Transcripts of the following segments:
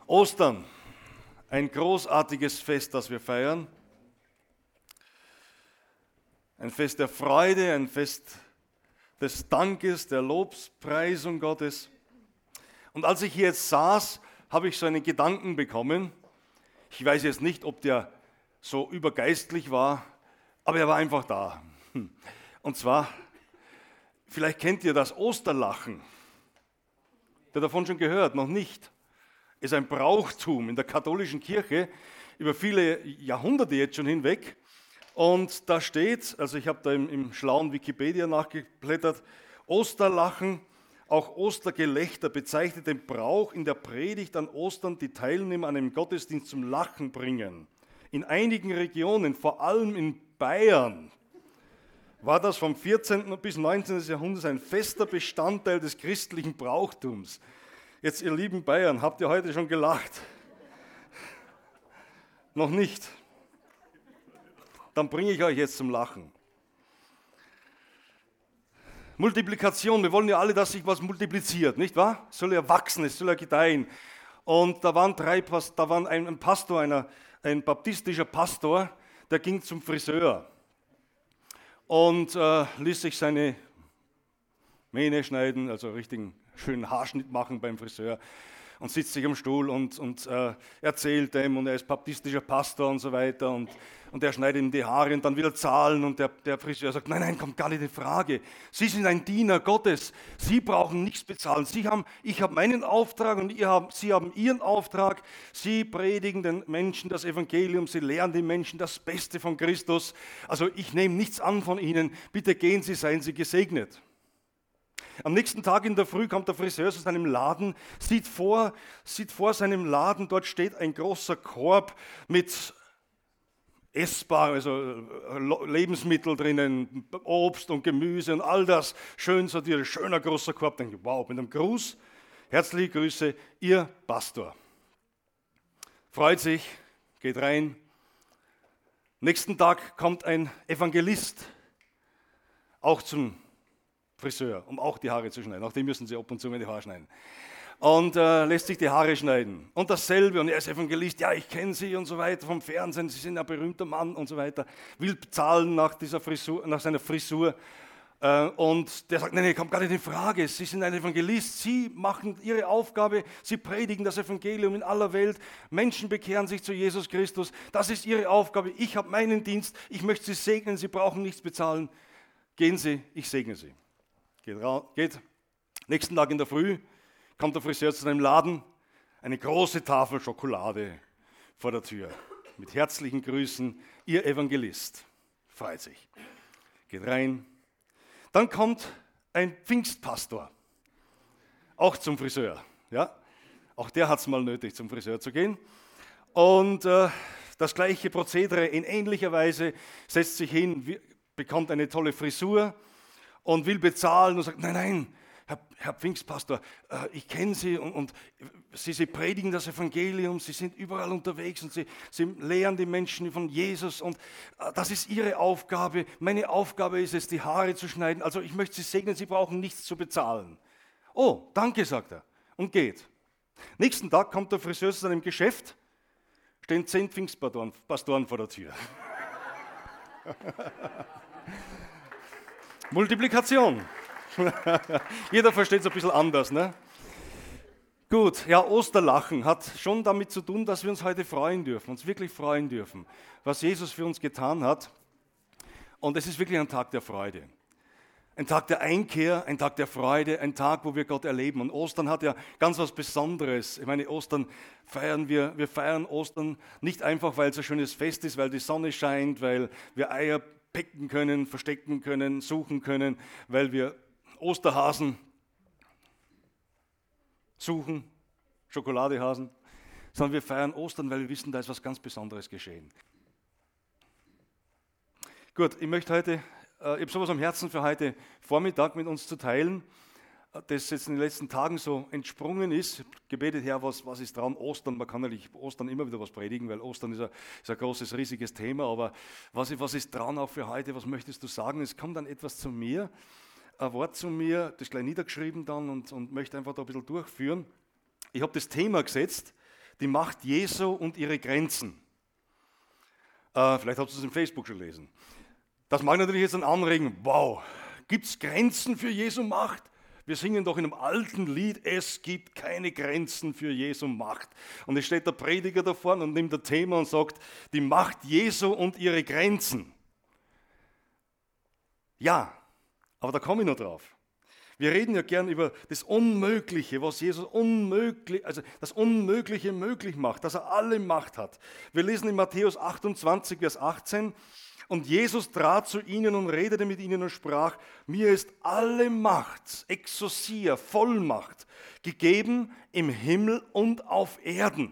Ostern, ein großartiges Fest, das wir feiern. Ein Fest der Freude, ein Fest des Dankes, der Lobpreisung Gottes. Und als ich hier jetzt saß, habe ich so einen Gedanken bekommen. Ich weiß jetzt nicht, ob der so übergeistlich war, aber er war einfach da. Und zwar, vielleicht kennt ihr das Osterlachen. Habt ihr davon schon gehört? Noch nicht. Ist ein Brauchtum in der katholischen Kirche über viele Jahrhunderte jetzt schon hinweg. Und da steht, also ich habe da im schlauen Wikipedia nachgeblättert, Osterlachen, auch Ostergelächter bezeichnet den Brauch in der Predigt an Ostern, die Teilnehmer an einem Gottesdienst zum Lachen bringen. In einigen Regionen, vor allem in Bayern, war das vom 14. bis 19. Jahrhundert ein fester Bestandteil des christlichen Brauchtums. Jetzt, ihr lieben Bayern, habt ihr heute schon gelacht? Noch nicht? Dann bringe ich euch jetzt zum Lachen. Multiplikation, wir wollen ja alle, dass sich was multipliziert, nicht wahr? Es soll ja wachsen, es soll ja gedeihen. Und da waren ein Pastor, ein baptistischer Pastor, der ging zum Friseur und ließ sich seine Mähne schneiden, also richtigen schönen Haarschnitt machen beim Friseur und sitzt sich am Stuhl und erzählt dem und er ist baptistischer Pastor und so weiter und er schneidet ihm die Haare und dann will er zahlen und der Friseur sagt, nein, kommt gar nicht in Frage. Sie sind ein Diener Gottes, Sie brauchen nichts bezahlen. Ich habe meinen Auftrag und Sie haben Ihren Auftrag. Sie predigen den Menschen das Evangelium, Sie lehren den Menschen das Beste von Christus. Also ich nehme nichts an von Ihnen, bitte gehen Sie, seien Sie gesegnet. Am nächsten Tag in der Früh kommt der Friseur zu seinem Laden, sieht vor seinem Laden, dort steht ein großer Korb mit essbar, also Lebensmittel drinnen, Obst und Gemüse und all das, schön sortiert, schöner großer Korb. Denke, wow, mit einem Gruß, herzliche Grüße, Ihr Pastor. Freut sich, geht rein. Nächsten Tag kommt ein Evangelist, auch zum Friseur, um auch die Haare zu schneiden. Auch die müssen sie ab und zu mal die Haare schneiden. Und lässt sich die Haare schneiden. Und dasselbe, und er ist Evangelist, ja, ich kenne Sie und so weiter vom Fernsehen, Sie sind ein berühmter Mann und so weiter. Will zahlen nach seiner Frisur. Und der sagt, nein, kommt gar nicht in Frage, Sie sind ein Evangelist, Sie machen Ihre Aufgabe, Sie predigen das Evangelium in aller Welt, Menschen bekehren sich zu Jesus Christus, das ist Ihre Aufgabe, ich habe meinen Dienst, ich möchte Sie segnen, Sie brauchen nichts bezahlen. Gehen Sie, ich segne Sie. Geht. Nächsten Tag in der Früh kommt der Friseur zu seinem Laden, eine große Tafel Schokolade vor der Tür. Mit herzlichen Grüßen, Ihr Evangelist. Freut sich. Geht rein. Dann kommt ein Pfingstpastor, auch zum Friseur. Ja? Auch der hat es mal nötig, zum Friseur zu gehen. Und das gleiche Prozedere in ähnlicher Weise, setzt sich hin, bekommt eine tolle Frisur und will bezahlen und sagt, nein, Herr Pfingstpastor, ich kenne Sie und Sie predigen das Evangelium, Sie sind überall unterwegs und Sie lehren die Menschen von Jesus und das ist Ihre Aufgabe. Meine Aufgabe ist es, die Haare zu schneiden. Also ich möchte Sie segnen, Sie brauchen nichts zu bezahlen. Oh, danke, sagt er und geht. Nächsten Tag kommt der Friseur zu seinem Geschäft, stehen 10 Pfingstpastoren vor der Tür. Multiplikation. Jeder versteht es ein bisschen anders, ne? Gut, ja, Osterlachen hat schon damit zu tun, dass wir uns heute freuen dürfen, uns wirklich freuen dürfen, was Jesus für uns getan hat. Und es ist wirklich ein Tag der Freude. Ein Tag der Einkehr, ein Tag der Freude, ein Tag, wo wir Gott erleben. Und Ostern hat ja ganz was Besonderes. Ich meine, Ostern feiern wir feiern Ostern nicht einfach, weil es ein schönes Fest ist, weil die Sonne scheint, weil wir Eier picken können, verstecken können, suchen können, weil wir Osterhasen suchen, Schokoladehasen, sondern wir feiern Ostern, weil wir wissen, da ist was ganz Besonderes geschehen. Gut, ich habe sowas am Herzen für heute Vormittag mit uns zu teilen, das jetzt in den letzten Tagen so entsprungen ist. Gebetet, Herr, was ist dran? Ostern, man kann natürlich Ostern immer wieder was predigen, weil Ostern ist ein großes, riesiges Thema, aber was ist dran auch für heute? Was möchtest du sagen? Es kommt dann etwas zu mir, ein Wort zu mir, das gleich niedergeschrieben dann und möchte einfach da ein bisschen durchführen. Ich habe das Thema gesetzt, Die Macht Jesu und ihre Grenzen. Vielleicht habt ihr es im Facebook schon gelesen. Das mag natürlich jetzt anregen, wow, gibt es Grenzen für Jesu Macht? Wir singen doch in einem alten Lied, es gibt keine Grenzen für Jesu Macht. Und es steht der Prediger da vorne und nimmt das Thema und sagt, die Macht Jesu und ihre Grenzen. Ja, aber da komme ich noch drauf. Wir reden ja gern über das Unmögliche, was Jesus das Unmögliche möglich macht, dass er alle Macht hat. Wir lesen in Matthäus 28, Vers 18, und Jesus trat zu ihnen und redete mit ihnen und sprach, mir ist alle Macht, Exousia, Vollmacht, gegeben im Himmel und auf Erden.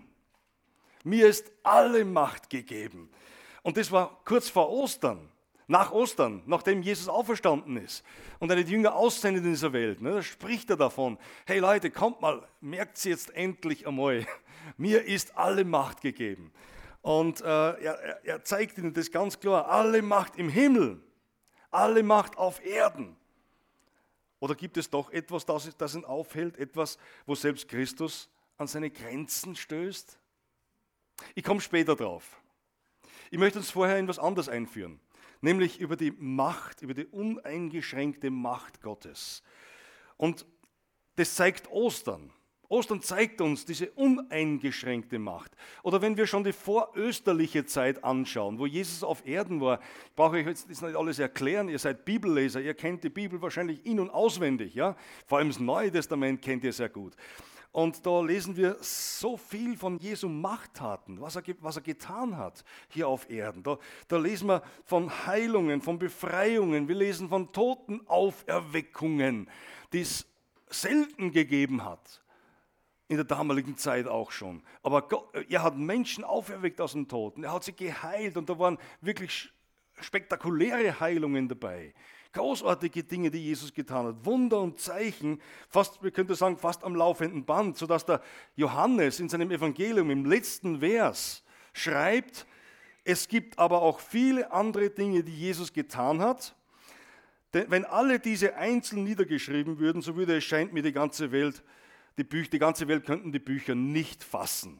Mir ist alle Macht gegeben. Und das war kurz vor Ostern. Nach Ostern, nachdem Jesus auferstanden ist und eine Jünger aussendet in dieser Welt, da spricht er davon, hey Leute, kommt mal, merkt sie jetzt endlich einmal, mir ist alle Macht gegeben. Und er zeigt ihnen das ganz klar, alle Macht im Himmel, alle Macht auf Erden. Oder gibt es doch etwas, das ihn aufhält, etwas, wo selbst Christus an seine Grenzen stößt? Ich komme später drauf. Ich möchte uns vorher in was anderes einführen. Nämlich über die Macht, über die uneingeschränkte Macht Gottes. Und das zeigt Ostern. Ostern zeigt uns diese uneingeschränkte Macht. Oder wenn wir schon die vorösterliche Zeit anschauen, wo Jesus auf Erden war, ich brauche euch jetzt nicht alles erklären, ihr seid Bibelleser, ihr kennt die Bibel wahrscheinlich in- und auswendig. Ja? Vor allem das Neue Testament kennt ihr sehr gut. Und da lesen wir so viel von Jesu Machttaten, was er getan hat hier auf Erden. Da lesen wir von Heilungen, von Befreiungen, wir lesen von Totenauferweckungen, die es selten gegeben hat, in der damaligen Zeit auch schon. Aber Gott, er hat Menschen auferweckt aus dem Toten, er hat sie geheilt und da waren wirklich spektakuläre Heilungen dabei. Großartige Dinge, die Jesus getan hat, Wunder und Zeichen, fast, wir könnten sagen, fast am laufenden Band, sodass der Johannes in seinem Evangelium im letzten Vers schreibt, es gibt aber auch viele andere Dinge, die Jesus getan hat. Denn wenn alle diese einzeln niedergeschrieben würden, so würde es scheint mir die ganze Welt könnten die Bücher nicht fassen.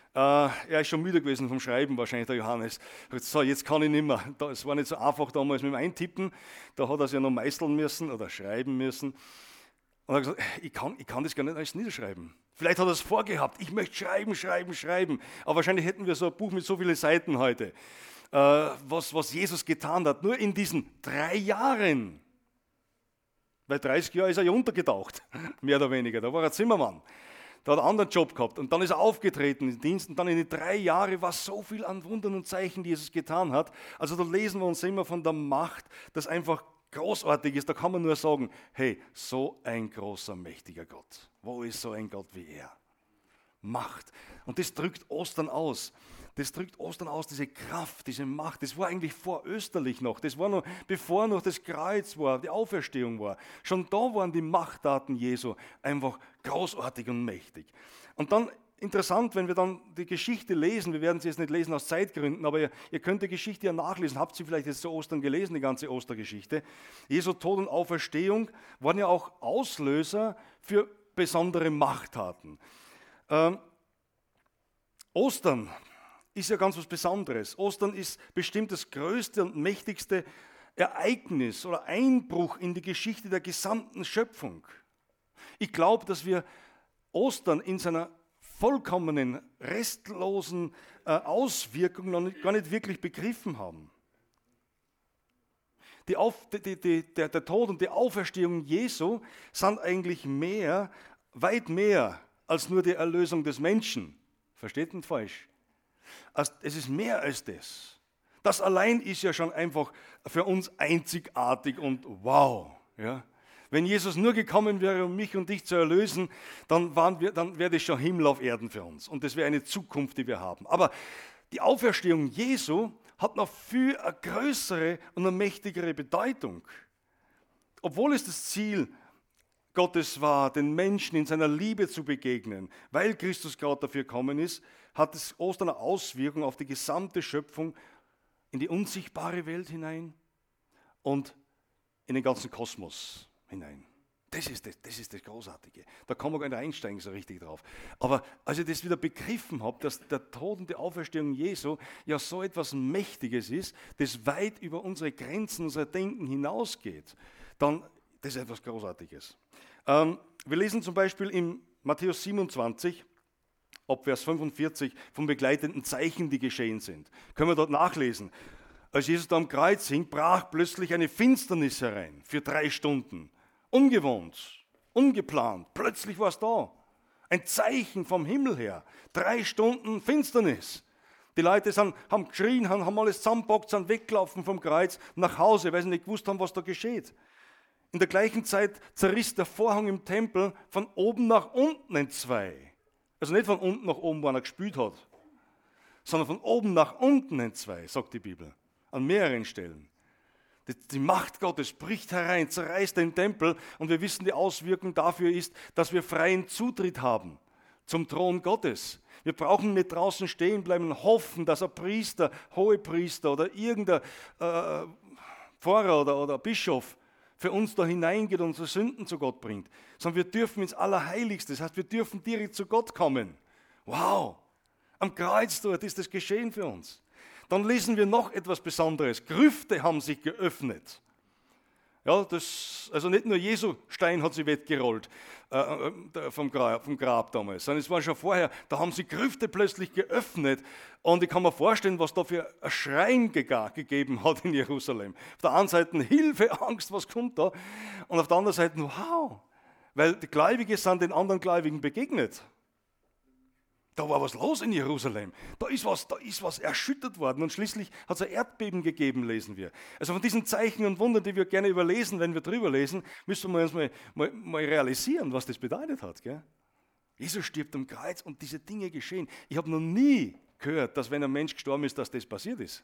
Er ist schon müde gewesen vom Schreiben, wahrscheinlich der Johannes. So, jetzt kann ich nicht mehr. Es war nicht so einfach damals mit dem Eintippen. Da hat er es ja noch meißeln müssen oder schreiben müssen. Und er hat gesagt, ich kann das gar nicht alles niederschreiben. Vielleicht hat er es vorgehabt, ich möchte schreiben. Aber wahrscheinlich hätten wir so ein Buch mit so vielen Seiten heute, was Jesus getan hat. Nur in diesen 3 Jahren. Bei 30 Jahren ist er ja untergetaucht, mehr oder weniger. Da war er Zimmermann. Da hat er einen anderen Job gehabt und dann ist er aufgetreten in Diensten. Dann in den 3 Jahren war so viel an Wundern und Zeichen, die Jesus getan hat. Also da lesen wir uns immer von der Macht, das einfach großartig ist. Da kann man nur sagen, hey, so ein großer, mächtiger Gott. Wo ist so ein Gott wie er? Macht. Und das drückt Ostern aus. Das drückt Ostern aus, diese Kraft, diese Macht. Das war eigentlich vorösterlich noch. Das war noch, bevor noch das Kreuz war, die Auferstehung war. Schon da waren die Machttaten Jesu einfach großartig und mächtig. Und dann interessant, wenn wir dann die Geschichte lesen, wir werden sie jetzt nicht lesen aus Zeitgründen, aber ihr könnt die Geschichte ja nachlesen. Habt ihr vielleicht jetzt zu Ostern gelesen, die ganze Ostergeschichte? Jesu Tod und Auferstehung waren ja auch Auslöser für besondere Machttaten. Ostern ist ja ganz was Besonderes. Ostern ist bestimmt das größte und mächtigste Ereignis oder Einbruch in die Geschichte der gesamten Schöpfung. Ich glaube, dass wir Ostern in seiner vollkommenen, restlosen Auswirkung gar nicht wirklich begriffen haben. Der Tod und die Auferstehung Jesu sind eigentlich weit mehr als nur die Erlösung des Menschen. Versteht nicht falsch. Es ist mehr als das. Das allein ist ja schon einfach für uns einzigartig und wow. Ja? Wenn Jesus nur gekommen wäre, um mich und dich zu erlösen, dann wäre das schon Himmel auf Erden für uns. Und das wäre eine Zukunft, die wir haben. Aber die Auferstehung Jesu hat noch viel eine größere und eine mächtigere Bedeutung. Obwohl es das Ziel Gottes war, den Menschen in seiner Liebe zu begegnen, weil Christus gerade dafür gekommen ist, hat es Ostern eine Auswirkung auf die gesamte Schöpfung, in die unsichtbare Welt hinein und in den ganzen Kosmos hinein. Das ist das Großartige. Da kann man gar nicht einsteigen so richtig drauf. Aber als ich das wieder begriffen habe, dass der Tod und die Auferstehung Jesu ja so etwas Mächtiges ist, das weit über unsere Grenzen, unser Denken hinausgeht, dann das ist etwas Großartiges. Wir lesen zum Beispiel in Matthäus 27, ab Vers 45, von begleitenden Zeichen, die geschehen sind. Können wir dort nachlesen. Als Jesus da am Kreuz hing, brach plötzlich eine Finsternis herein für 3 Stunden. Ungewohnt, ungeplant, plötzlich war es da. Ein Zeichen vom Himmel her. 3 Stunden Finsternis. Die Leute haben geschrien, haben alles zusammengepackt, sind weggelaufen vom Kreuz nach Hause, weil sie nicht gewusst haben, was da geschieht. In der gleichen Zeit zerriss der Vorhang im Tempel von oben nach unten in 2. Also nicht von unten nach oben, wo einer gespült hat, sondern von oben nach unten in 2, sagt die Bibel. An mehreren Stellen. Die Macht Gottes bricht herein, zerreißt den Tempel und wir wissen, die Auswirkung dafür ist, dass wir freien Zutritt haben zum Thron Gottes. Wir brauchen nicht draußen stehen bleiben und hoffen, dass ein Priester, Hohepriester oder irgendein Pfarrer oder Bischof für uns da hineingeht und unsere Sünden zu Gott bringt, sondern wir dürfen ins Allerheiligste, das heißt, wir dürfen direkt zu Gott kommen. Wow, am Kreuz dort ist das geschehen für uns. Dann lesen wir noch etwas Besonderes. Grüfte haben sich geöffnet. Ja, also nicht nur Jesu Stein hat sich weggerollt vom Grab damals, sondern es war schon vorher, da haben sich Grüfte plötzlich geöffnet und ich kann mir vorstellen, was da für ein Schreien gegeben hat in Jerusalem. Auf der einen Seite Hilfe, Angst, was kommt da? Und auf der anderen Seite, wow, weil die Gläubigen sind den anderen Gläubigen begegnet. Da war was los in Jerusalem. Da ist was erschüttert worden und schließlich hat es ein Erdbeben gegeben, lesen wir. Also von diesen Zeichen und Wundern, die wir gerne überlesen, wenn wir drüber lesen, müssen wir uns mal realisieren, was das bedeutet hat. Gell? Jesus stirbt am Kreuz und diese Dinge geschehen. Ich habe noch nie gehört, dass wenn ein Mensch gestorben ist, dass das passiert ist.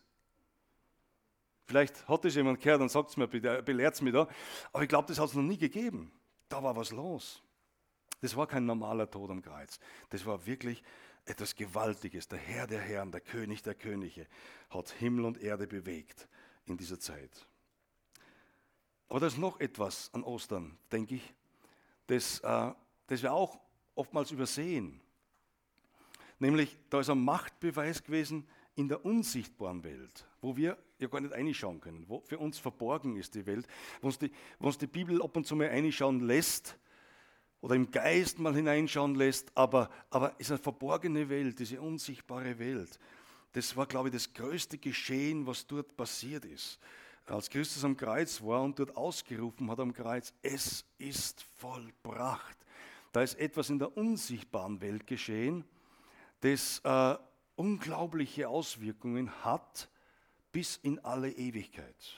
Vielleicht hat das jemand gehört und sagt es mir, belehrt es mir da. Aber ich glaube, das hat es noch nie gegeben. Da war was los. Das war kein normaler Tod am Kreuz. Das war wirklich etwas Gewaltiges. Der Herr der Herren, der König der Könige hat Himmel und Erde bewegt in dieser Zeit. Aber da ist noch etwas an Ostern, denke ich, das wir auch oftmals übersehen. Nämlich, da ist ein Machtbeweis gewesen in der unsichtbaren Welt, wo wir ja gar nicht reinschauen können, wo für uns verborgen ist die Welt, wo uns die Bibel ab und zu mal reinschauen lässt, oder im Geist mal hineinschauen lässt, aber es ist eine verborgene Welt, diese unsichtbare Welt. Das war, glaube ich, das größte Geschehen, was dort passiert ist. Als Christus am Kreuz war und dort ausgerufen hat am Kreuz, es ist vollbracht. Da ist etwas in der unsichtbaren Welt geschehen, das unglaubliche Auswirkungen hat bis in alle Ewigkeit.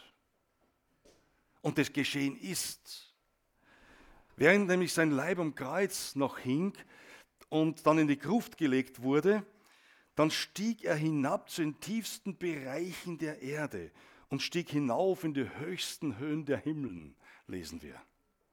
Und das Geschehen ist. Während nämlich sein Leib am Kreuz noch hing und dann in die Gruft gelegt wurde, dann stieg er hinab zu den tiefsten Bereichen der Erde und stieg hinauf in die höchsten Höhen der Himmeln, lesen wir.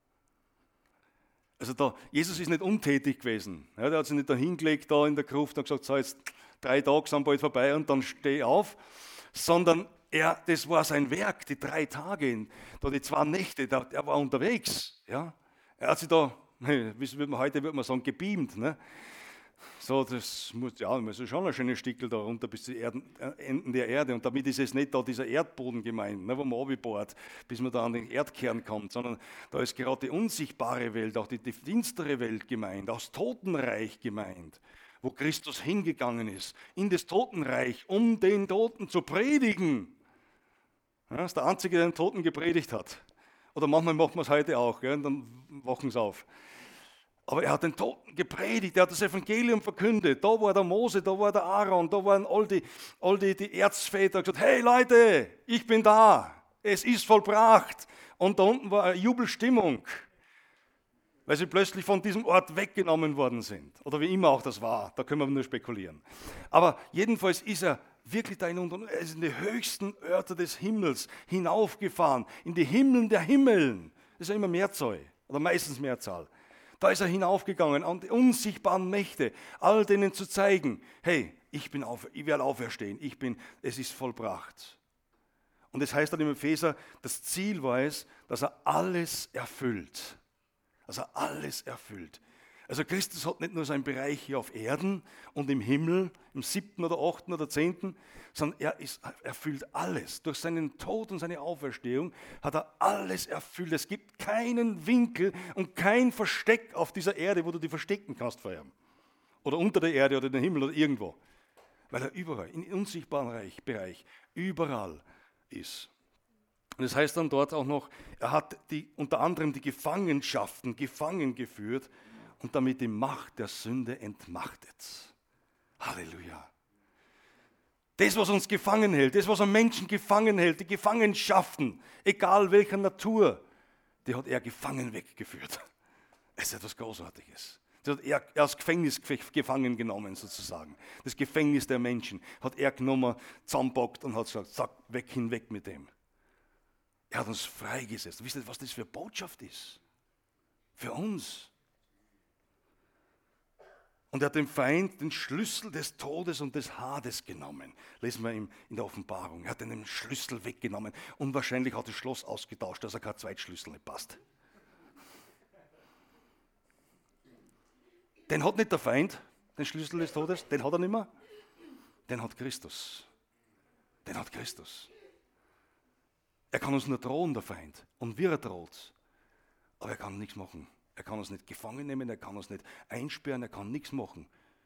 Also Jesus ist nicht untätig gewesen. Ja, der hat sich nicht da hingelegt da in der Gruft und gesagt, so jetzt 3 Tage sind bald vorbei und dann steh auf, sondern das war sein Werk, die 3 Tage, die 2 Nächte, er war unterwegs. Ja. Er hat sich da, heute würde man sagen, gebeamt. Ne? So, das muss schon ein schönes Stückel da runter bis zu Enden der Erde. Und damit ist es nicht da dieser Erdboden gemeint, ne, wo man runterbohrt, bis man da an den Erdkern kommt, sondern da ist gerade die unsichtbare Welt, auch die finstere Welt gemeint, auch das Totenreich gemeint, wo Christus hingegangen ist, in das Totenreich, um den Toten zu predigen. Ja, das ist der Einzige, der den Toten gepredigt hat. Oder manchmal machen wir es heute auch, gell, und dann wachen sie auf. Aber er hat den Toten gepredigt, er hat das Evangelium verkündet. Da war der Mose, da war der Aaron, da waren all die Erzväter gesagt, hey Leute, ich bin da, es ist vollbracht. Und da unten war eine Jubelstimmung, weil sie plötzlich von diesem Ort weggenommen worden sind. Oder wie immer auch das war, da können wir nur spekulieren. Aber jedenfalls ist er wirklich da er ist in die höchsten Örter des Himmels hinaufgefahren, in die Himmeln der Himmeln. Das ist ja immer Mehrzahl, oder meistens Mehrzahl. Da ist er hinaufgegangen, an die unsichtbaren Mächte, all denen zu zeigen, hey, ich werde auferstehen, es ist vollbracht. Und es heißt dann im Epheser, das Ziel war es, dass er alles erfüllt. Also alles erfüllt. Also Christus hat nicht nur seinen Bereich hier auf Erden und im Himmel, im 7. oder 8. oder 10., sondern er erfüllt alles. Durch seinen Tod und seine Auferstehung hat er alles erfüllt. Es gibt keinen Winkel und kein Versteck auf dieser Erde, wo du dich verstecken kannst vor ihm. Oder unter der Erde oder in den Himmel oder irgendwo. Weil er überall, im unsichtbaren Bereich, überall ist. Und das heißt dann dort auch noch, er hat unter anderem die Gefangenschaften gefangen geführt und damit die Macht der Sünde entmachtet. Halleluja. Das, was uns gefangen hält, das, was einen Menschen gefangen hält, die Gefangenschaften, egal welcher Natur, die hat er gefangen weggeführt. Das ist etwas Großartiges. Das hat er als Gefängnis gefangen genommen, sozusagen. Das Gefängnis der Menschen hat er genommen, zusammenpackt und hat gesagt, zack, hinweg mit dem. Er hat uns freigesetzt. Wisst ihr, was das für eine Botschaft ist? Für uns. Und er hat dem Feind den Schlüssel des Todes und des Hades genommen. Lesen wir in der Offenbarung. Er hat den Schlüssel weggenommen und wahrscheinlich hat das Schloss ausgetauscht, dass er kein Zweitschlüssel nicht passt. Den hat nicht der Feind, den Schlüssel des Todes, den hat er nicht mehr. Den hat Christus. Den hat Christus. Er kann uns nur drohen, der Feind. Und wir droht. Aber er kann nichts machen. Er kann uns nicht gefangen nehmen, er kann uns nicht einsperren, er kann nichts machen.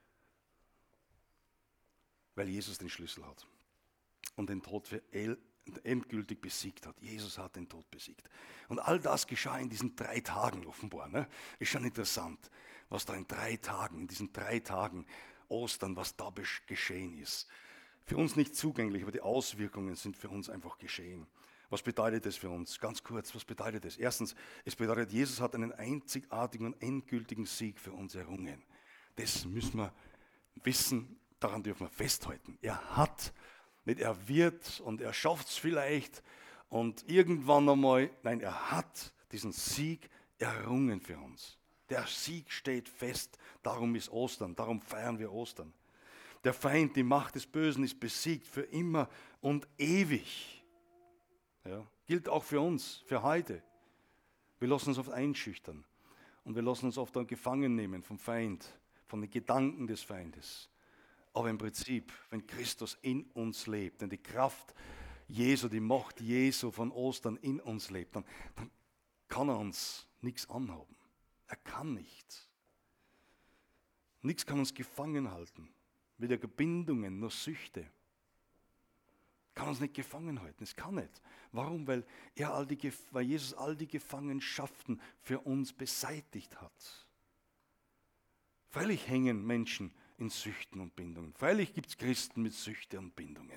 Weil Jesus den Schlüssel hat. Und den Tod für endgültig besiegt hat. Jesus hat den Tod besiegt. Und all das geschah in diesen 3 Tagen offenbar. Ne? Ist schon interessant, was da in 3 Tagen, in diesen 3 Tagen Ostern, was da geschehen ist. Für uns nicht zugänglich, aber die Auswirkungen sind für uns einfach geschehen. Was bedeutet das für uns? Ganz kurz, was bedeutet das? Erstens, es bedeutet, Jesus hat einen einzigartigen und endgültigen Sieg für uns errungen. Das müssen wir wissen, daran dürfen wir festhalten. Er hat, nicht er wird und er schafft es vielleicht und irgendwann einmal, nein, er hat diesen Sieg errungen für uns. Der Sieg steht fest, darum ist Ostern, darum feiern wir Ostern. Der Feind, die Macht des Bösen ist besiegt für immer und ewig. Ja, gilt auch für uns, für heute. Wir lassen uns oft einschüchtern und wir lassen uns oft dann gefangen nehmen vom Feind, von den Gedanken des Feindes. Aber im Prinzip, wenn Christus in uns lebt, wenn die Kraft Jesu, die Macht Jesu von Ostern in uns lebt, dann kann er uns nichts anhaben. Er kann nichts. Nichts kann uns gefangen halten. Weder Bindungen noch Süchte. Kann uns nicht gefangen halten. Es kann nicht. Warum? Weil Jesus all die Gefangenschaften für uns beseitigt hat. Freilich hängen Menschen in Süchten und Bindungen. Freilich gibt es Christen mit Süchte und Bindungen.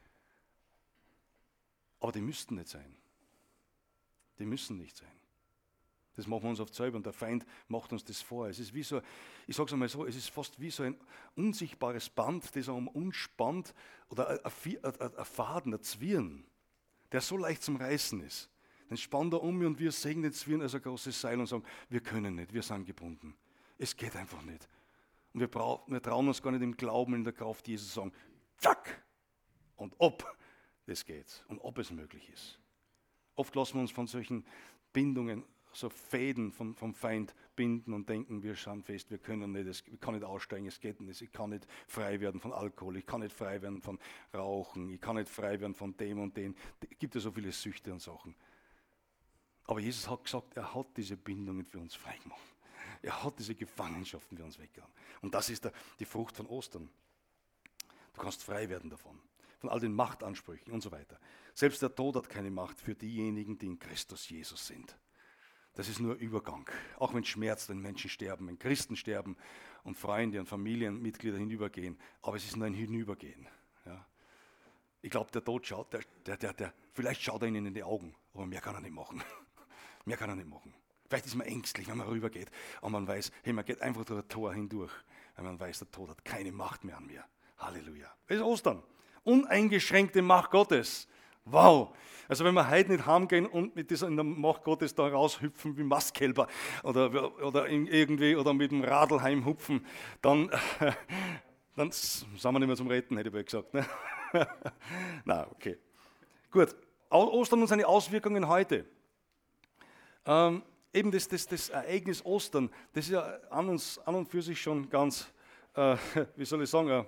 Aber die müssten nicht sein. Die müssen nicht sein. Das machen wir uns oft selber und der Feind macht uns das vor. Es ist wie so, ich sage es einmal so, es ist fast wie so ein unsichtbares Band, das um uns spannt, oder ein Faden, ein Zwirn, der so leicht zum Reißen ist. Dann spannt er um mich und wir sägen den Zwirn als ein großes Seil und sagen, wir können nicht, wir sind gebunden. Es geht einfach nicht. Und wir trauen uns gar nicht im Glauben, in der Kraft Jesus zu sagen, zack, und ob das geht und ob es möglich ist. Oft lassen wir uns von solchen Bindungen, so Fäden vom Feind binden und denken, wir schauen fest, wir können nicht, ich kann nicht aussteigen, es geht nicht, ich kann nicht frei werden von Alkohol, ich kann nicht frei werden von Rauchen, ich kann nicht frei werden von dem und dem. Es gibt ja so viele Süchte und Sachen. Aber Jesus hat gesagt, er hat diese Bindungen für uns freigemacht. Er hat diese Gefangenschaften für uns weggenommen. Und das ist die Frucht von Ostern. Du kannst frei werden davon, von all den Machtansprüchen und so weiter. Selbst der Tod hat keine Macht für diejenigen, die in Christus Jesus sind. Das ist nur Übergang. Auch wenn es schmerzt, wenn Menschen sterben, wenn Christen sterben und Freunde und Familienmitglieder hinübergehen. Aber es ist nur ein Hinübergehen. Ja. Ich glaube, der Tod schaut, vielleicht schaut er ihnen in die Augen, aber mehr kann er nicht machen. Mehr kann er nicht machen. Vielleicht ist man ängstlich, wenn man rübergeht und man weiß, hey, man geht einfach durch ein Tor hindurch, weil man weiß, der Tod hat keine Macht mehr an mir. Halleluja. Es ist Ostern. Uneingeschränkte Macht Gottes. Wow! Also wenn wir heute nicht heimgehen und mit dieser in der Macht Gottes da raushüpfen wie Mastkälber oder irgendwie oder mit dem Radl heimhupfen, dann sind wir nicht mehr zum Retten, hätte ich mal gesagt. Ne? Na, okay. Gut. Ostern und seine Auswirkungen heute. eben das Ereignis Ostern, das ist ja an und für sich schon ganz, wie soll ich sagen,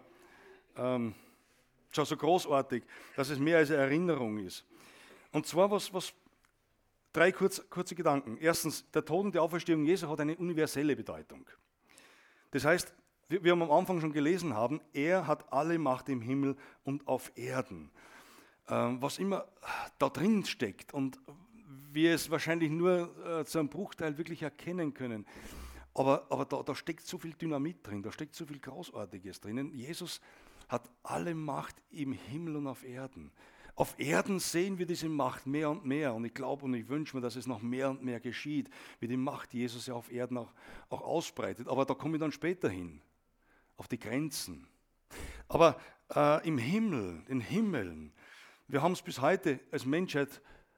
schon so großartig, dass es mehr als eine Erinnerung ist. Und zwar drei kurze Gedanken. Erstens, der Tod und die Auferstehung Jesu hat eine universelle Bedeutung. Das heißt, wir haben am Anfang schon gelesen haben, er hat alle Macht im Himmel und auf Erden. Was immer da drin steckt und wir es wahrscheinlich nur zu einem Bruchteil wirklich erkennen können. Aber da steckt so viel Dynamit drin, da steckt so viel Großartiges drinnen. Jesus hat alle Macht im Himmel und auf Erden. Auf Erden sehen wir diese Macht mehr und mehr und ich glaube und ich wünsche mir, dass es noch mehr und mehr geschieht, wie die Macht Jesus ja auf Erden auch ausbreitet. Aber da komme ich dann später hin, auf die Grenzen. Aber im Himmel, in Himmeln, wir haben es bis heute als Menschheit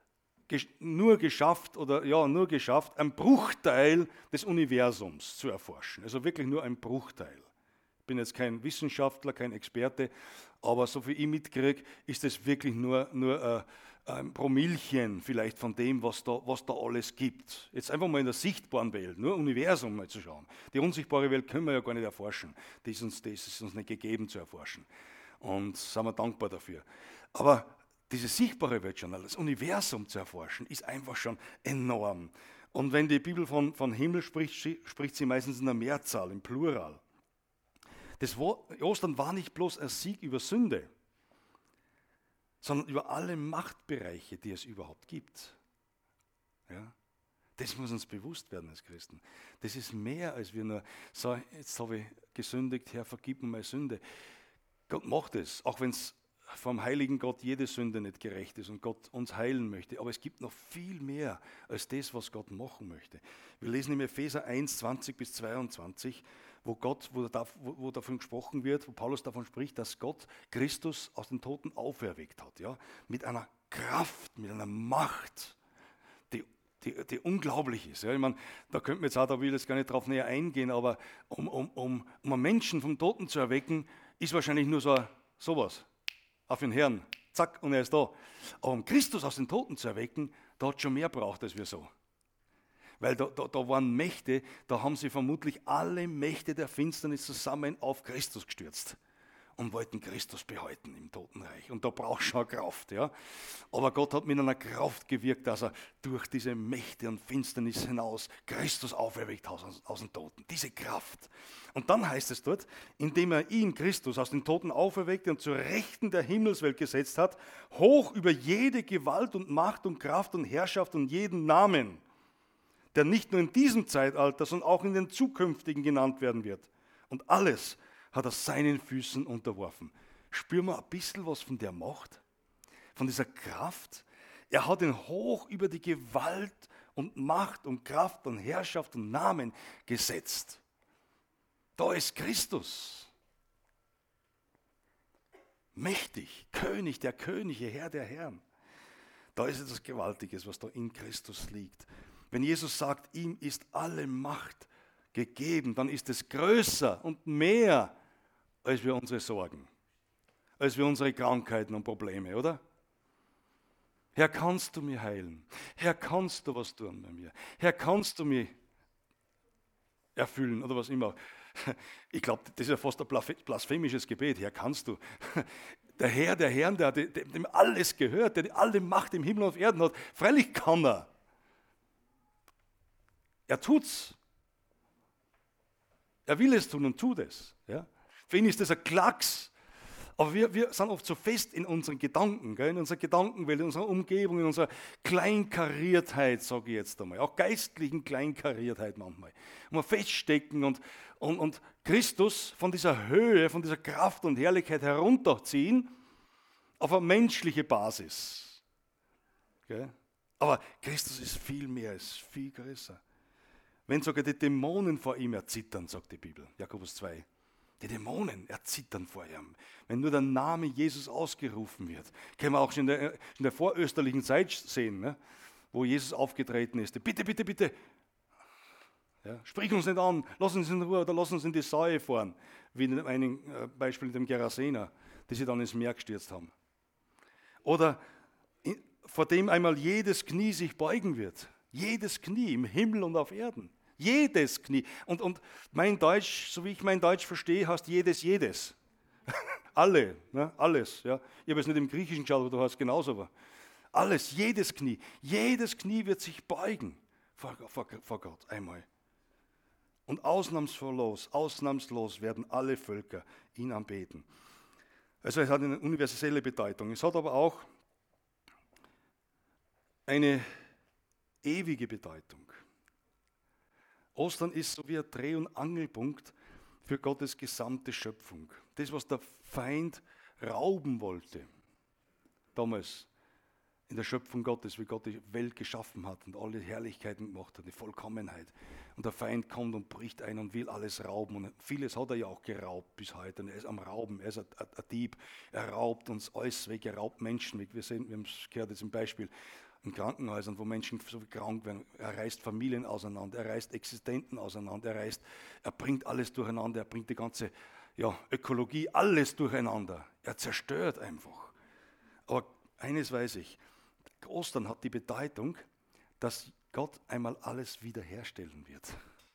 nur geschafft, einen Bruchteil des Universums zu erforschen. Also wirklich nur ein Bruchteil. Ich bin jetzt kein Wissenschaftler, kein Experte, aber so viel ich mitkriege, ist es wirklich nur ein Promillchen vielleicht von dem, was da alles gibt. Jetzt einfach mal in der sichtbaren Welt, nur Universum mal zu schauen. Die unsichtbare Welt können wir ja gar nicht erforschen. Das ist uns nicht gegeben zu erforschen. Und sind wir dankbar dafür. Aber diese sichtbare Welt schon, das Universum zu erforschen, ist einfach schon enorm. Und wenn die Bibel von Himmel spricht sie meistens in der Mehrzahl, im Plural. Ostern war nicht bloß ein Sieg über Sünde, sondern über alle Machtbereiche, die es überhaupt gibt. Ja? Das muss uns bewusst werden als Christen. Das ist mehr, als wir nur sagen, jetzt habe ich gesündigt, Herr, vergib mir meine Sünde. Gott macht es, auch wenn es vom heiligen Gott jede Sünde nicht gerecht ist und Gott uns heilen möchte. Aber es gibt noch viel mehr als das, was Gott machen möchte. Wir lesen im Epheser 1, 20 bis 22, wo davon gesprochen wird, wo Paulus davon spricht, dass Gott Christus aus den Toten auferweckt hat. Ja? Mit einer Kraft, mit einer Macht, die unglaublich ist. Ja? Ich meine, da könnte man jetzt auch, da will ich jetzt gar nicht drauf näher eingehen, aber um einen Menschen vom Toten zu erwecken, ist wahrscheinlich nur sowas. Auf den Herrn, zack, und er ist da. Aber um Christus aus den Toten zu erwecken, da hat es schon mehr braucht als wir so. Weil da waren Mächte, da haben sie vermutlich alle Mächte der Finsternis zusammen auf Christus gestürzt und wollten Christus behalten im Totenreich. Und da braucht es schon Kraft. Ja? Aber Gott hat mit einer Kraft gewirkt, dass er durch diese Mächte und Finsternis hinaus Christus auferweckt hat aus den Toten. Diese Kraft. Und dann heißt es dort, indem er ihn, Christus, aus den Toten auferweckte und zur Rechten der Himmelswelt gesetzt hat, hoch über jede Gewalt und Macht und Kraft und Herrschaft und jeden Namen, der nicht nur in diesem Zeitalter, sondern auch in den zukünftigen genannt werden wird. Und alles hat er seinen Füßen unterworfen. Spüren wir ein bisschen was von der Macht, von dieser Kraft? Er hat ihn hoch über die Gewalt und Macht und Kraft und Herrschaft und Namen gesetzt. Da ist Christus. Mächtig, König der Könige, Herr der Herren. Da ist etwas Gewaltiges, was da in Christus liegt. Wenn Jesus sagt, ihm ist alle Macht gegeben, dann ist es größer und mehr als wir unsere Sorgen, als wir unsere Krankheiten und Probleme, oder? Herr, kannst du mich heilen? Herr, kannst du was tun bei mir? Herr, kannst du mich erfüllen oder was immer? Ich glaube, das ist ja fast ein blasphemisches Gebet. Herr, kannst du? Der Herr, der Herrn, dem alles gehört, der alle Macht im Himmel und auf Erden hat. Freilich kann er. Er tut's. Er will es tun und tut es. Ja? Für ihn ist das ein Klacks. Aber wir sind oft so fest in unseren Gedanken, gell? In unserer Gedankenwelt, in unserer Umgebung, in unserer Kleinkariertheit, sage ich jetzt einmal, auch geistlichen Kleinkariertheit manchmal. Und wir feststecken und Christus von dieser Höhe, von dieser Kraft und Herrlichkeit herunterziehen auf eine menschliche Basis. Gell? Aber Christus ist viel mehr, ist viel größer. Wenn sogar die Dämonen vor ihm erzittern, sagt die Bibel, Jakobus 2. Die Dämonen erzittern vor ihm. Wenn nur der Name Jesus ausgerufen wird. Können wir auch schon in der vorösterlichen Zeit sehen, ne? Wo Jesus aufgetreten ist. Bitte, bitte, bitte. Ja, sprich uns nicht an, lass uns in Ruhe oder lass uns in die Säue fahren. Wie in einem Beispiel mit dem Gerasener, die sie dann ins Meer gestürzt haben. Oder vor dem einmal jedes Knie sich beugen wird. Jedes Knie im Himmel und auf Erden. Jedes Knie. Und mein Deutsch, so wie ich mein Deutsch verstehe, heißt jedes. Alle, ne? Alles. Ja. Ich habe es nicht im Griechischen geschaut, aber du hast genauso. Aber alles, jedes Knie wird sich beugen vor Gott einmal. Und ausnahmslos werden alle Völker ihn anbeten. Also es hat eine universelle Bedeutung. Es hat aber auch eine ewige Bedeutung. Ostern ist so wie ein Dreh- und Angelpunkt für Gottes gesamte Schöpfung. Das, was der Feind rauben wollte, damals in der Schöpfung Gottes, wie Gott die Welt geschaffen hat und alle Herrlichkeiten gemacht hat, die Vollkommenheit. Und der Feind kommt und bricht ein und will alles rauben. Und vieles hat er ja auch geraubt bis heute. Und er ist am Rauben, er ist ein Dieb. Er raubt uns alles weg, er raubt Menschen weg. Wir haben es gehört jetzt im Beispiel in Krankenhäusern, wo Menschen so krank werden. Er reißt Familien auseinander, er reißt Existenzen auseinander, er bringt alles durcheinander, er bringt die ganze Ökologie, alles durcheinander. Er zerstört einfach. Aber eines weiß ich, Ostern hat die Bedeutung, dass Gott einmal alles wiederherstellen wird.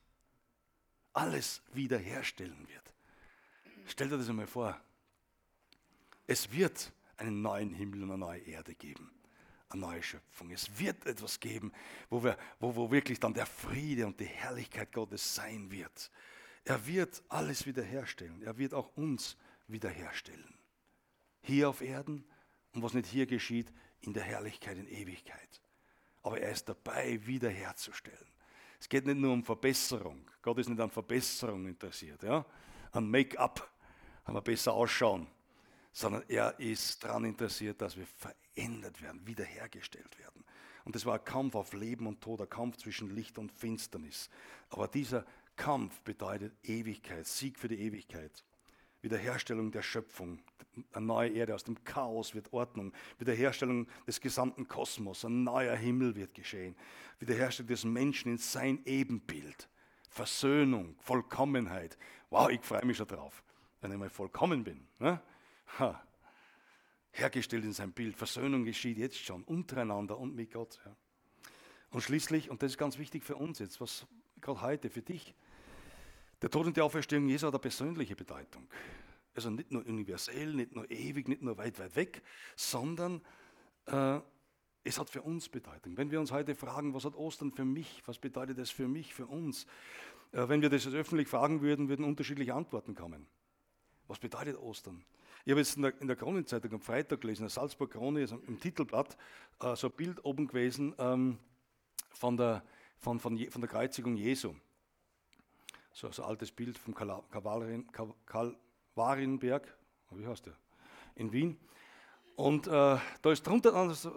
Alles wiederherstellen wird. Stell dir das einmal vor. Es wird einen neuen Himmel und eine neue Erde geben. Eine neue Schöpfung. Es wird etwas geben, wo wirklich dann der Friede und die Herrlichkeit Gottes sein wird. Er wird alles wiederherstellen. Er wird auch uns wiederherstellen. Hier auf Erden und was nicht hier geschieht, in der Herrlichkeit in Ewigkeit. Aber er ist dabei, wiederherzustellen. Es geht nicht nur um Verbesserung. Gott ist nicht an Verbesserung interessiert, ja? An Make-up, an wir besser ausschauen, sondern er ist daran interessiert, dass wir verändert werden, wiederhergestellt werden. Und das war ein Kampf auf Leben und Tod, ein Kampf zwischen Licht und Finsternis. Aber dieser Kampf bedeutet Ewigkeit, Sieg für die Ewigkeit. Wiederherstellung der Schöpfung, eine neue Erde, aus dem Chaos wird Ordnung, Wiederherstellung des gesamten Kosmos, ein neuer Himmel wird geschehen, Wiederherstellung des Menschen in sein Ebenbild, Versöhnung, Vollkommenheit. Wow, ich freue mich schon drauf, wenn ich mal vollkommen bin. Ne? Hergestellt in sein Bild, Versöhnung geschieht jetzt schon, untereinander und mit Gott. Ja. Und schließlich, und das ist ganz wichtig für uns jetzt, was gerade heute, für dich, der Tod und die Auferstehung Jesu hat eine persönliche Bedeutung. Also nicht nur universell, nicht nur ewig, nicht nur weit, weit weg, sondern es hat für uns Bedeutung. Wenn wir uns heute fragen, was hat Ostern für mich, was bedeutet das für mich, für uns? Wenn wir das jetzt öffentlich fragen würden, würden unterschiedliche Antworten kommen. Was bedeutet Ostern? Ich habe jetzt in der Kronenzeitung am Freitag gelesen, der Salzburg Krone ist im Titelblatt so ein Bild oben gewesen von der Kreuzigung Jesu. So ein altes Bild vom Kalvarienberg, wie heißt der, in Wien. Und da ist drunter so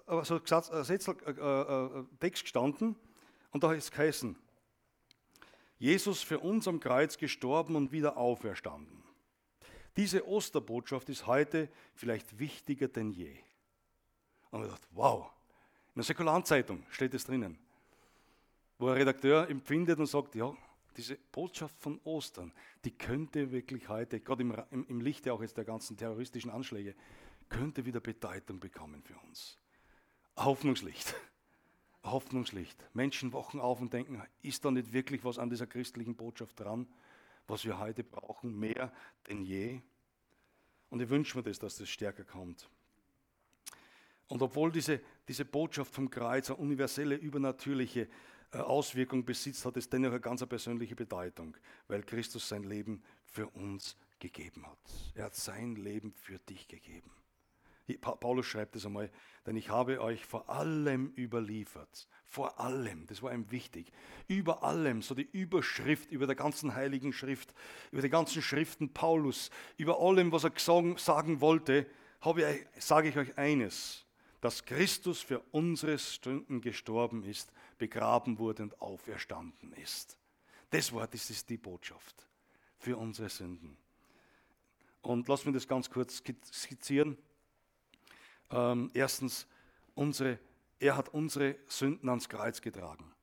ein Text gestanden und da ist es geheißen, Jesus für uns am Kreuz gestorben und wieder auferstanden. Diese Osterbotschaft ist heute vielleicht wichtiger denn je. Und ich dachte, wow, in der säkularen Zeitung steht es drinnen, wo ein Redakteur empfindet und sagt, ja, diese Botschaft von Ostern, die könnte wirklich heute, gerade im Lichte auch jetzt der ganzen terroristischen Anschläge, könnte wieder Bedeutung bekommen für uns. Hoffnungslicht. Hoffnungslicht. Menschen wachen auf und denken, ist da nicht wirklich was an dieser christlichen Botschaft dran, was wir heute brauchen, mehr denn je? Und ich wünsche mir das, dass das stärker kommt. Und obwohl diese Botschaft vom Kreuz eine universelle, übernatürliche Auswirkung besitzt, hat es dennoch eine ganz persönliche Bedeutung, weil Christus sein Leben für uns gegeben hat. Er hat sein Leben für dich gegeben. Paulus schreibt es einmal, denn ich habe euch vor allem überliefert. Vor allem, das war ihm wichtig. Über allem, so die Überschrift über der ganzen Heiligen Schrift, über die ganzen Schriften Paulus, über allem, was er sagen wollte, sage ich euch eines, dass Christus für unsere Sünden gestorben ist, begraben wurde und auferstanden ist. Das ist die Botschaft für unsere Sünden. Und lass mich das ganz kurz skizzieren. Erstens, er hat unsere Sünden ans Kreuz getragen.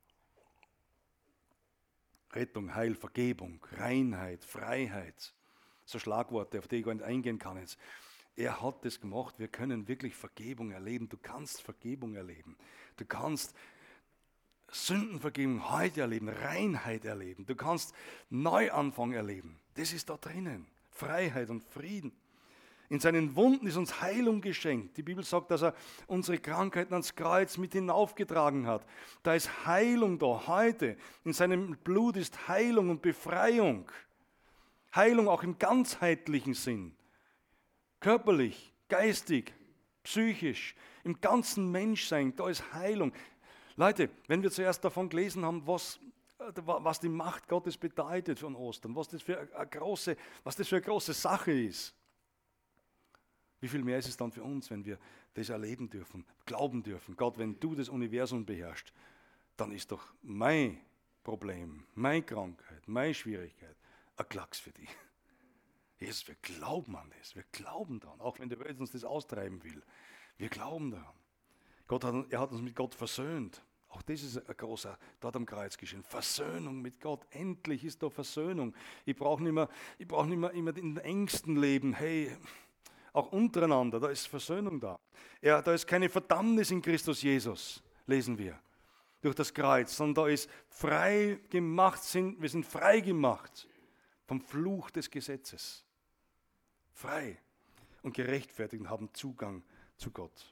Rettung, Heil, Vergebung, Reinheit, Freiheit. So Schlagworte, auf die ich gar nicht eingehen kann jetzt. Er hat das gemacht, wir können wirklich Vergebung erleben. Du kannst Vergebung erleben. Du kannst Sündenvergebung heute erleben, Reinheit erleben. Du kannst Neuanfang erleben. Das ist da drinnen. Freiheit und Frieden. In seinen Wunden ist uns Heilung geschenkt. Die Bibel sagt, dass er unsere Krankheiten ans Kreuz mit hinaufgetragen hat. Da ist Heilung da, heute. In seinem Blut ist Heilung und Befreiung. Heilung auch im ganzheitlichen Sinn. Körperlich, geistig, psychisch, im ganzen Menschsein, da ist Heilung. Leute, wenn wir zuerst davon gelesen haben, was die Macht Gottes bedeutet von Ostern, was das für eine große Sache ist, wie viel mehr ist es dann für uns, wenn wir das erleben dürfen, glauben dürfen. Gott, wenn du das Universum beherrschst, dann ist doch mein Problem, meine Krankheit, meine Schwierigkeit ein Klacks für dich. Jesus, wir glauben an das, wir glauben daran, auch wenn die Welt uns das austreiben will. Wir glauben daran. Er hat uns mit Gott versöhnt. Auch das ist ein großer, dort am Kreuz geschehen. Versöhnung mit Gott. Endlich ist da Versöhnung. Ich brauche nicht mehr immer in den Ängsten leben. Hey, auch untereinander, da ist Versöhnung da. Da ist keine Verdammnis in Christus Jesus, lesen wir, durch das Kreuz, sondern da ist frei gemacht, wir sind frei gemacht vom Fluch des Gesetzes. Frei und gerechtfertigt und haben Zugang zu Gott.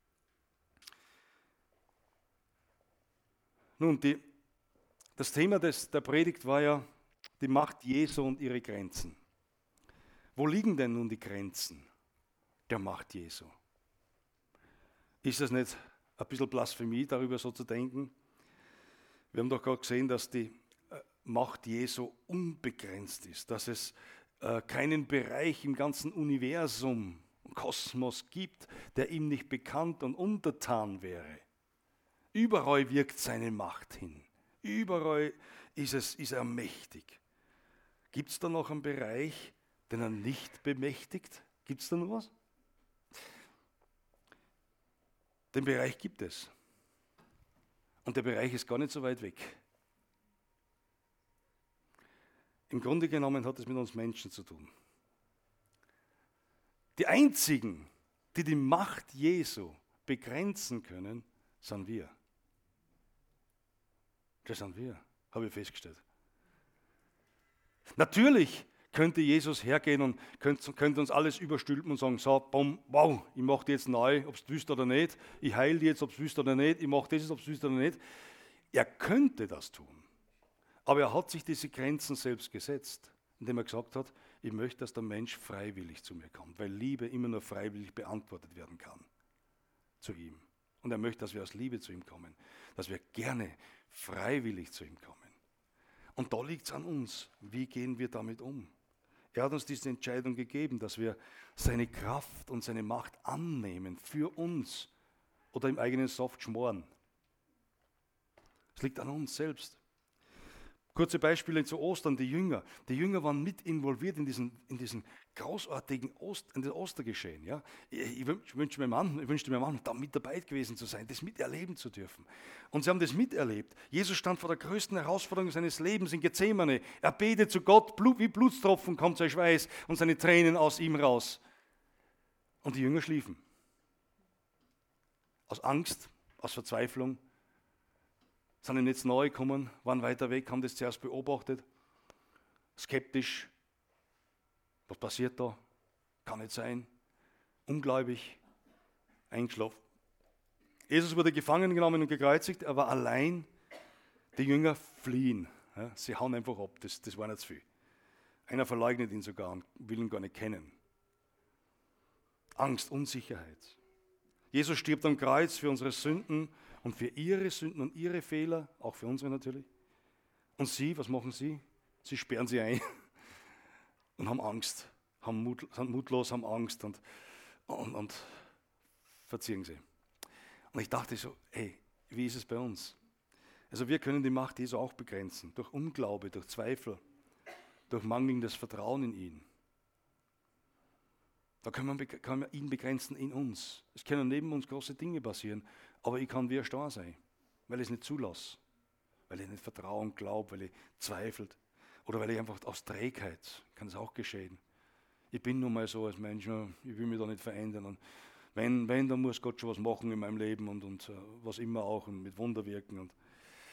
Nun, das Thema der Predigt war ja die Macht Jesu und ihre Grenzen. Wo liegen denn nun die Grenzen der Macht Jesu? Ist das nicht ein bisschen Blasphemie, darüber so zu denken? Wir haben doch gerade gesehen, dass die Macht Jesu unbegrenzt ist, dass es keinen Bereich im ganzen Universum, Kosmos gibt, der ihm nicht bekannt und untertan wäre. Überall wirkt seine Macht hin. Überall ist er mächtig. Gibt es da noch einen Bereich, den er nicht bemächtigt? Gibt es da noch was? Den Bereich gibt es. Und der Bereich ist gar nicht so weit weg. Im Grunde genommen hat es mit uns Menschen zu tun. Die einzigen, die die Macht Jesu begrenzen können, sind wir. Das sind wir, habe ich festgestellt. Natürlich könnte Jesus hergehen und könnte uns alles überstülpen und sagen, so, boom, wow, ich mache dir jetzt neu, ob es du willst oder nicht, ich heile dir jetzt, ob es du willst oder nicht, ich mache das jetzt, ob es du willst oder nicht. Er könnte das tun, aber er hat sich diese Grenzen selbst gesetzt, indem er gesagt hat, ich möchte, dass der Mensch freiwillig zu mir kommt, weil Liebe immer nur freiwillig beantwortet werden kann zu ihm. Und er möchte, dass wir aus Liebe zu ihm kommen, dass wir gerne freiwillig zu ihm kommen. Und da liegt es an uns, wie gehen wir damit um? Er hat uns diese Entscheidung gegeben, dass wir seine Kraft und seine Macht annehmen für uns oder im eigenen Saft schmoren. Es liegt an uns selbst. Kurze Beispiele zu Ostern, die Jünger. Die Jünger waren mit involviert in diesen großartigen Ostergeschehen. Ja? Ich wünschte mir Mann, da mit dabei gewesen zu sein, das miterleben zu dürfen. Und sie haben das miterlebt. Jesus stand vor der größten Herausforderung seines Lebens in Gethsemane. Er betet zu Gott, wie Blutstropfen kommt sein Schweiß und seine Tränen aus ihm raus. Und die Jünger schliefen. Aus Angst, aus Verzweiflung. Sind ihnen jetzt neu gekommen, waren weiter weg, haben das zuerst beobachtet, skeptisch, was passiert da, kann nicht sein, ungläubig, eingeschlafen. Jesus wurde gefangen genommen und gekreuzigt, er war allein, die Jünger fliehen, ja, sie hauen einfach ab, das war nicht zu viel. Einer verleugnet ihn sogar und will ihn gar nicht kennen. Angst, Unsicherheit. Jesus stirbt am Kreuz für unsere Sünden und für ihre Sünden und ihre Fehler, auch für unsere natürlich. Und sie, was machen sie? Sie sperren sie ein und haben Angst, sind mutlos, haben Angst und verziehen sie. Und ich dachte so, hey, wie ist es bei uns? Also wir können die Macht Jesu auch begrenzen, durch Unglaube, durch Zweifel, durch mangelndes Vertrauen in ihn. Da kann man ihn begrenzen in uns. Es können neben uns große Dinge passieren, aber ich kann wie ein Stein sein, weil ich es nicht zulasse, weil ich nicht vertraue und glaube, weil ich zweifelt oder weil ich einfach aus Trägheit, kann es auch geschehen. Ich bin nun mal so als Mensch, ich will mich da nicht verändern und wenn, dann muss Gott schon was machen in meinem Leben und was immer auch und mit Wunder wirken.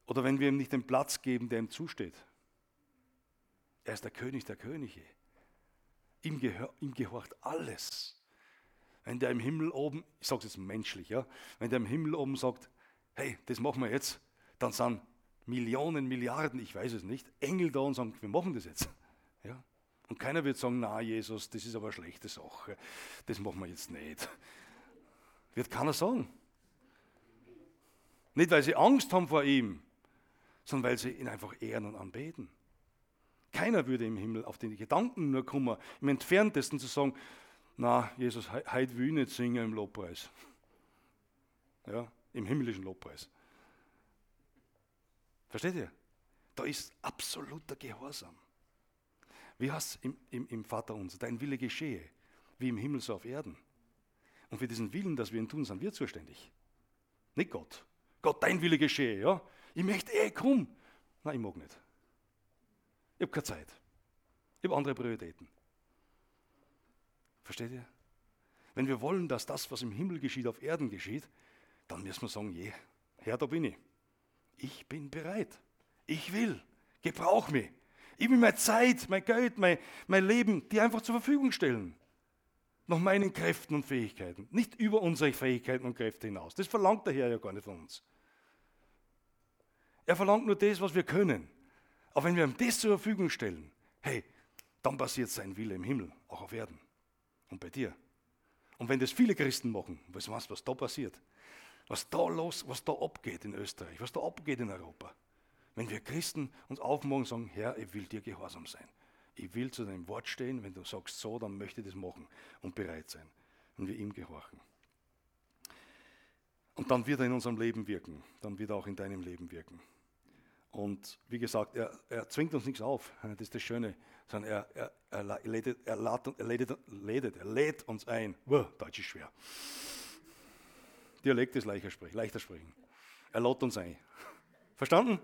Oder wenn wir ihm nicht den Platz geben, der ihm zusteht. Er ist der König der Könige. Ihm gehorcht alles. Wenn der im Himmel oben, ich sage es jetzt menschlich, ja, wenn der im Himmel oben sagt, hey, das machen wir jetzt, dann sind Millionen, Milliarden, ich weiß es nicht, Engel da und sagen, wir machen das jetzt. Ja? Und keiner wird sagen, na Jesus, das ist aber eine schlechte Sache, das machen wir jetzt nicht. Wird keiner sagen. Nicht, weil sie Angst haben vor ihm, sondern weil sie ihn einfach ehren und anbeten. Keiner würde im Himmel auf den Gedanken nur kommen, im Entferntesten zu sagen, na, Jesus, heute will ich nicht singen im Lobpreis. Ja, im himmlischen Lobpreis. Versteht ihr? Da ist absoluter Gehorsam. Wie heißt es im Vater unser? Dein Wille geschehe, wie im Himmel so auf Erden. Und für diesen Willen, dass wir ihn tun, sind wir zuständig. Nicht Gott. Gott, dein Wille geschehe, ja? Ich möchte komm. Nein, ich mag nicht. Ich habe keine Zeit. Ich habe andere Prioritäten. Versteht ihr? Wenn wir wollen, dass das, was im Himmel geschieht, auf Erden geschieht, dann müssen wir sagen, Herr, da bin ich. Ich bin bereit. Ich will. Gebrauch mich. Ich will meine Zeit, mein Geld, mein Leben dir einfach zur Verfügung stellen. Nach meinen Kräften und Fähigkeiten. Nicht über unsere Fähigkeiten und Kräfte hinaus. Das verlangt der Herr ja gar nicht von uns. Er verlangt nur das, was wir können. Aber wenn wir ihm das zur Verfügung stellen, hey, dann passiert sein Wille im Himmel, auch auf Erden. Und bei dir. Und wenn das viele Christen machen, weißt du was da passiert? Was da abgeht in Österreich, was da abgeht in Europa. Wenn wir Christen uns aufmachen und sagen, Herr, ich will dir gehorsam sein. Ich will zu deinem Wort stehen, wenn du sagst so, dann möchte ich das machen und bereit sein, wenn wir ihm gehorchen. Und dann wird er in unserem Leben wirken, dann wird er auch in deinem Leben wirken. Und wie gesagt, er zwingt uns nichts auf, das ist das Schöne, sondern er lädt uns ein. Wow, Deutsch ist schwer. Dialekt ist leichter sprechen. Er lädt uns ein. Verstanden?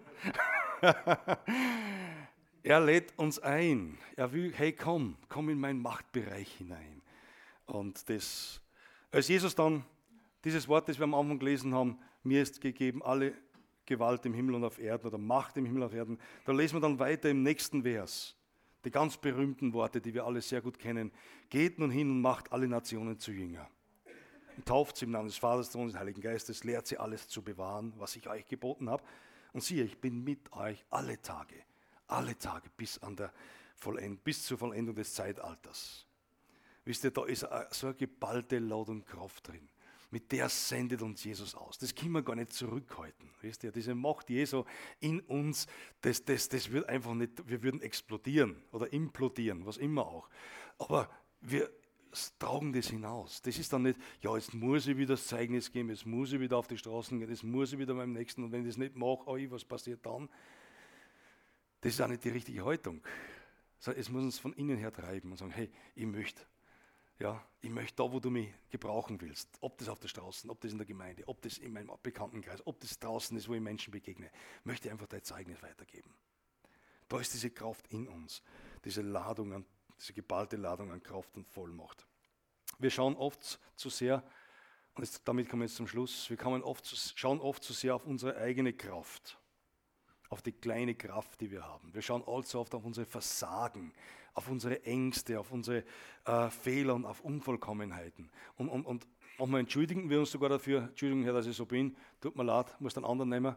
Er lädt uns ein. Er will, hey komm in meinen Machtbereich hinein. Und das, als Jesus dann dieses Wort, das wir am Anfang gelesen haben, mir ist gegeben alle Gewalt im Himmel und auf Erden oder Macht im Himmel und auf Erden, da lesen wir dann weiter im nächsten Vers. Die ganz berühmten Worte, die wir alle sehr gut kennen. Geht nun hin und macht alle Nationen zu Jünger. Und tauft sie im Namen des Vaters, des Sohnes und des Heiligen Geistes, lehrt sie alles zu bewahren, was ich euch geboten habe. Und siehe, ich bin mit euch alle Tage bis zur Vollendung des Zeitalters. Wisst ihr, da ist so eine geballte Ladung Kraft drin. Mit der sendet uns Jesus aus. Das können wir gar nicht zurückhalten. Wisst ihr, diese Macht Jesu in uns, das wird einfach nicht, wir würden explodieren oder implodieren, was immer auch. Aber wir tragen das hinaus. Das ist dann nicht, ja, jetzt muss ich wieder das Zeugnis geben, jetzt muss ich wieder auf die Straßen gehen, jetzt muss ich wieder meinem Nächsten, und wenn ich das nicht mache, was passiert dann? Das ist auch nicht die richtige Haltung. Es muss uns von innen her treiben und sagen, hey, ich möchte da, wo du mich gebrauchen willst, ob das auf der Straße, ob das in der Gemeinde, ob das in meinem Bekanntenkreis, ob das draußen ist, wo ich Menschen begegne, möchte ich einfach dein Zeugnis weitergeben. Da ist diese Kraft in uns, diese geballte Ladung an Kraft und Vollmacht. Wir schauen oft zu sehr, und damit kommen wir jetzt zum Schluss, schauen oft zu sehr auf unsere eigene Kraft, auf die kleine Kraft, die wir haben. Wir schauen allzu oft auf unsere Versagen, auf unsere Ängste, auf unsere Fehler und auf Unvollkommenheiten. Und manchmal entschuldigen wir uns sogar dafür, Entschuldigung, Herr, dass ich so bin, tut mir leid, muss einen anderen nehmen.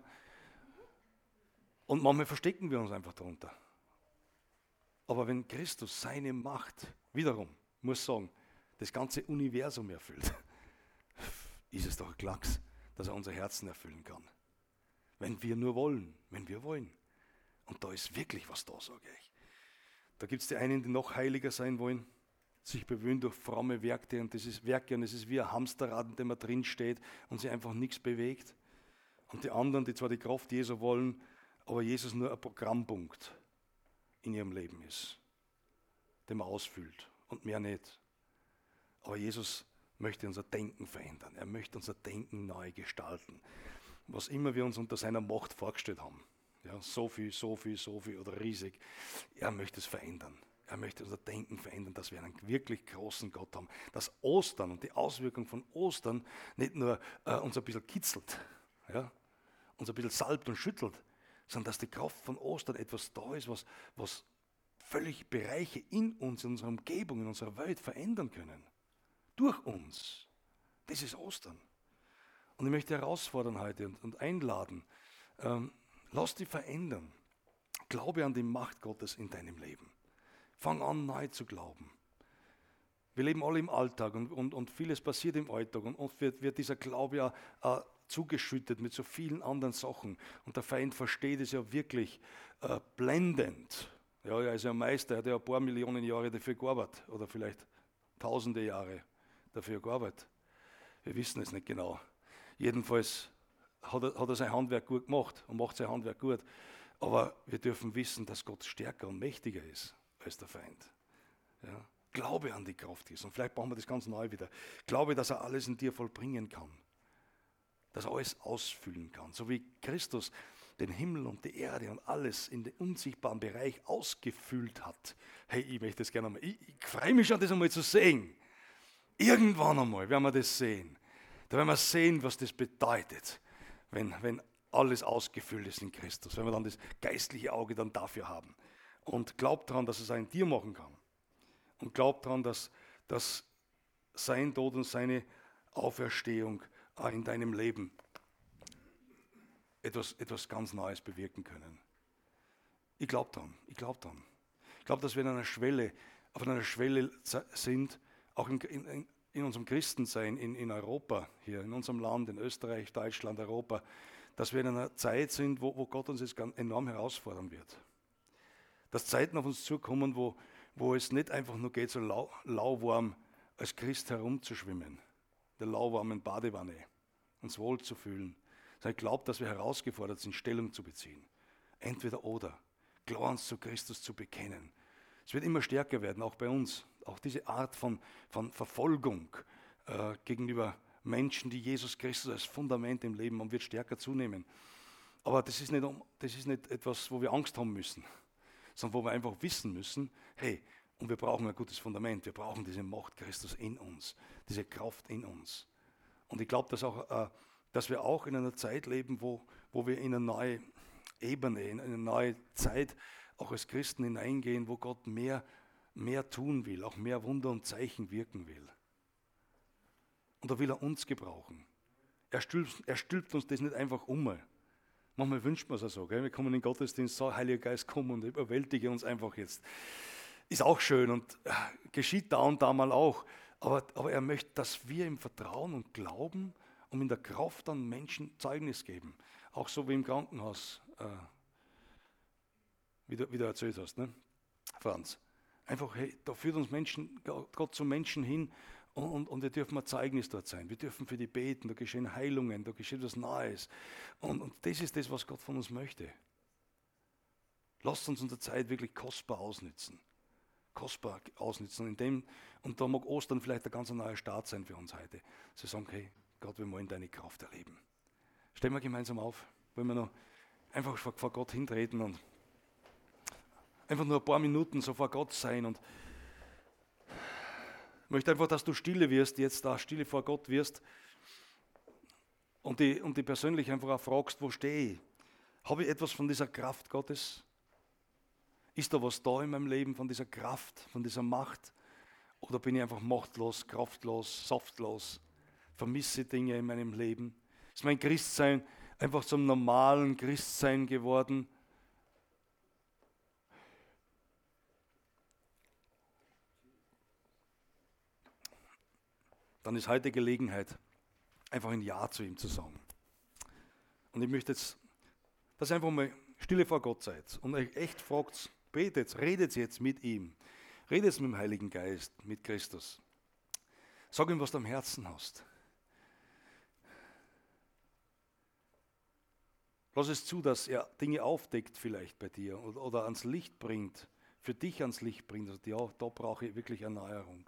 Und manchmal verstecken wir uns einfach darunter. Aber wenn Christus seine Macht, wiederum, muss sagen, das ganze Universum erfüllt, ist es doch ein Klacks, dass er unser Herzen erfüllen kann. Wenn wir nur wollen, wenn wir wollen. Und da ist wirklich was da, sage ich. Da gibt es die einen, die noch heiliger sein wollen, sich bemühen durch fromme Werke, und das ist wie ein Hamsterrad, in dem man drin steht und sich einfach nichts bewegt. Und die anderen, die zwar die Kraft Jesu wollen, aber Jesus nur ein Programmpunkt in ihrem Leben ist, den man ausfüllt und mehr nicht. Aber Jesus möchte unser Denken verändern. Er möchte unser Denken neu gestalten. Was immer wir uns unter seiner Macht vorgestellt haben. Ja, so viel oder riesig. Er möchte es verändern. Er möchte unser Denken verändern, dass wir einen wirklich großen Gott haben. Dass Ostern und die Auswirkung von Ostern nicht nur uns ein bisschen kitzelt, ja, uns ein bisschen salbt und schüttelt, sondern dass die Kraft von Ostern etwas da ist, was völlig Bereiche in uns, in unserer Umgebung, in unserer Welt verändern können. Durch uns. Das ist Ostern. Und ich möchte herausfordern heute und einladen, lass dich verändern. Glaube an die Macht Gottes in deinem Leben. Fang an, neu zu glauben. Wir leben alle im Alltag und vieles passiert im Alltag und oft wird dieser Glaube ja zugeschüttet mit so vielen anderen Sachen. Und der Feind versteht es ja wirklich blendend. Ja, er ist ja ein Meister, er hat ja ein paar Millionen Jahre dafür gearbeitet oder vielleicht tausende Jahre dafür gearbeitet. Wir wissen es nicht genau. Jedenfalls hat er sein Handwerk gut gemacht und macht sein Handwerk gut. Aber wir dürfen wissen, dass Gott stärker und mächtiger ist als der Feind. Ja? Glaube an die Kraft Jesu. Und vielleicht brauchen wir das ganz neu wieder. Glaube, dass er alles in dir vollbringen kann. Dass er alles ausfüllen kann. So wie Christus den Himmel und die Erde und alles in den unsichtbaren Bereich ausgefüllt hat. Hey, ich möchte das gerne einmal. Ich freue mich schon, das einmal zu sehen. Irgendwann einmal werden wir das sehen. Da werden wir sehen, was das bedeutet, wenn alles ausgefüllt ist in Christus. Wenn wir dann das geistliche Auge dann dafür haben. Und glaubt daran, dass es auch in dir machen kann. Und glaubt daran, dass sein Tod und seine Auferstehung auch in deinem Leben etwas ganz Neues bewirken können. Ich glaube daran. Ich glaube, dass wir auf einer Schwelle sind, auch in unserem Christensein in Europa, hier in unserem Land, in Österreich, Deutschland, Europa, dass wir in einer Zeit sind, wo Gott uns jetzt enorm herausfordern wird. Dass Zeiten auf uns zukommen, wo es nicht einfach nur geht, so lauwarm als Christ herumzuschwimmen, der lauwarmen Badewanne, uns wohlzufühlen. Ich glaube, dass wir herausgefordert sind, Stellung zu beziehen. Entweder oder, klar uns zu Christus zu bekennen. Es wird immer stärker werden, auch bei uns. Auch diese Art von Verfolgung gegenüber Menschen, die Jesus Christus als Fundament im Leben haben, wird stärker zunehmen. Aber das ist nicht etwas, wo wir Angst haben müssen, sondern wo wir einfach wissen müssen, hey, und wir brauchen ein gutes Fundament, wir brauchen diese Macht Christus in uns, diese Kraft in uns. Und ich glaube, dass wir auch in einer Zeit leben, wo wir in eine neue Ebene, in eine neue Zeit auch als Christen hineingehen, wo Gott mehr tun will, auch mehr Wunder und Zeichen wirken will. Und da will er uns gebrauchen. Er stülpt uns das nicht einfach um. Manchmal wünscht man es auch so, gell? Wir kommen in den Gottesdienst, so, Heiliger Geist, komm und überwältige uns einfach jetzt. Ist auch schön und geschieht da und da mal auch. Aber er möchte, dass wir im Vertrauen und Glauben und in der Kraft an Menschen Zeugnis geben. Auch so wie im Krankenhaus, wie du erzählt hast, ne? Franz. Einfach, hey, da führt uns Gott zu Menschen hin und wir dürfen ein Zeugnis dort sein. Wir dürfen für die beten, da geschehen Heilungen, da geschieht was Neues. Und das ist das, was Gott von uns möchte. Lasst uns unsere Zeit wirklich kostbar ausnützen. Und da mag Ostern vielleicht ein ganz neuer Start sein für uns heute. Sie sagen, hey, Gott, wir wollen deine Kraft erleben. Stellen wir gemeinsam auf, wollen wir noch einfach vor Gott hintreten und einfach nur ein paar Minuten so vor Gott sein und ich möchte einfach, dass du stille wirst, jetzt da stille vor Gott wirst und die persönlich einfach auch fragst, wo stehe ich? Habe ich etwas von dieser Kraft Gottes? Ist da was da in meinem Leben von dieser Kraft, von dieser Macht? Oder bin ich einfach machtlos, kraftlos, saftlos, vermisse Dinge in meinem Leben? Ist mein Christsein einfach zum normalen Christsein geworden? Dann ist heute Gelegenheit, einfach ein Ja zu ihm zu sagen. Und ich möchte jetzt, dass ihr einfach mal stille vor Gott seid und euch echt fragt, betet, redet jetzt mit ihm, redet mit dem Heiligen Geist, mit Christus. Sag ihm, was du am Herzen hast. Lass es zu, dass er Dinge aufdeckt vielleicht bei dir oder ans Licht bringt, für dich ans Licht bringt. Also, ja, da brauche ich wirklich Erneuerung.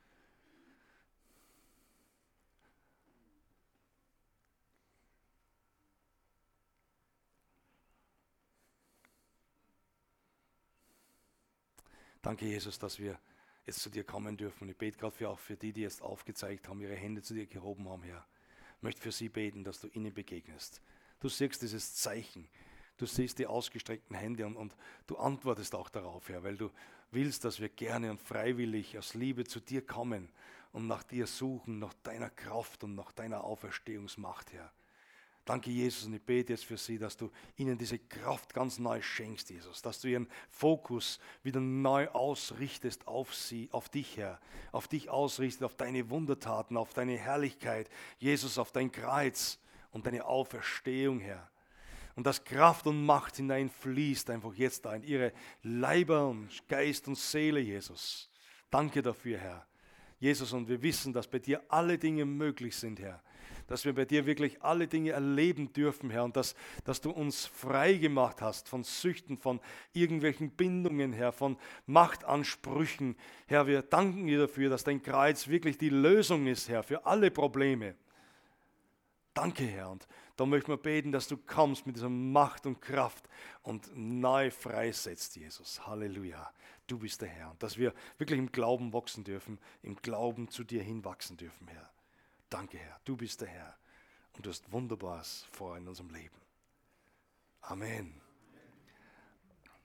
Danke, Jesus, dass wir jetzt zu dir kommen dürfen. Ich bete gerade auch für die jetzt aufgezeigt haben, ihre Hände zu dir gehoben haben, Herr. Ich möchte für sie beten, dass du ihnen begegnest. Du siehst dieses Zeichen. Du siehst die ausgestreckten Hände und du antwortest auch darauf, Herr, weil du willst, dass wir gerne und freiwillig aus Liebe zu dir kommen und nach dir suchen, nach deiner Kraft und nach deiner Auferstehungsmacht, Herr. Danke, Jesus, und ich bete jetzt für sie, dass du ihnen diese Kraft ganz neu schenkst, Jesus, dass du ihren Fokus wieder neu ausrichtest auf sie, auf dich, Herr, auf dich ausrichtest, auf deine Wundertaten, auf deine Herrlichkeit, Jesus, auf dein Kreuz und deine Auferstehung, Herr. Und dass Kraft und Macht hineinfließt, einfach jetzt da in ihre Leiber und Geist und Seele, Jesus. Danke dafür, Herr. Jesus, und wir wissen, dass bei dir alle Dinge möglich sind, Herr. Dass wir bei dir wirklich alle Dinge erleben dürfen, Herr. Und dass du uns frei gemacht hast von Süchten, von irgendwelchen Bindungen, Herr, von Machtansprüchen. Herr, wir danken dir dafür, dass dein Kreuz wirklich die Lösung ist, Herr, für alle Probleme. Danke, Herr. Und da möchten wir beten, dass du kommst mit dieser Macht und Kraft und neu freisetzt, Jesus. Halleluja. Du bist der Herr. Und dass wir wirklich im Glauben wachsen dürfen, im Glauben zu dir hinwachsen dürfen, Herr. Danke, Herr. Du bist der Herr. Und du hast Wunderbares vor in unserem Leben. Amen.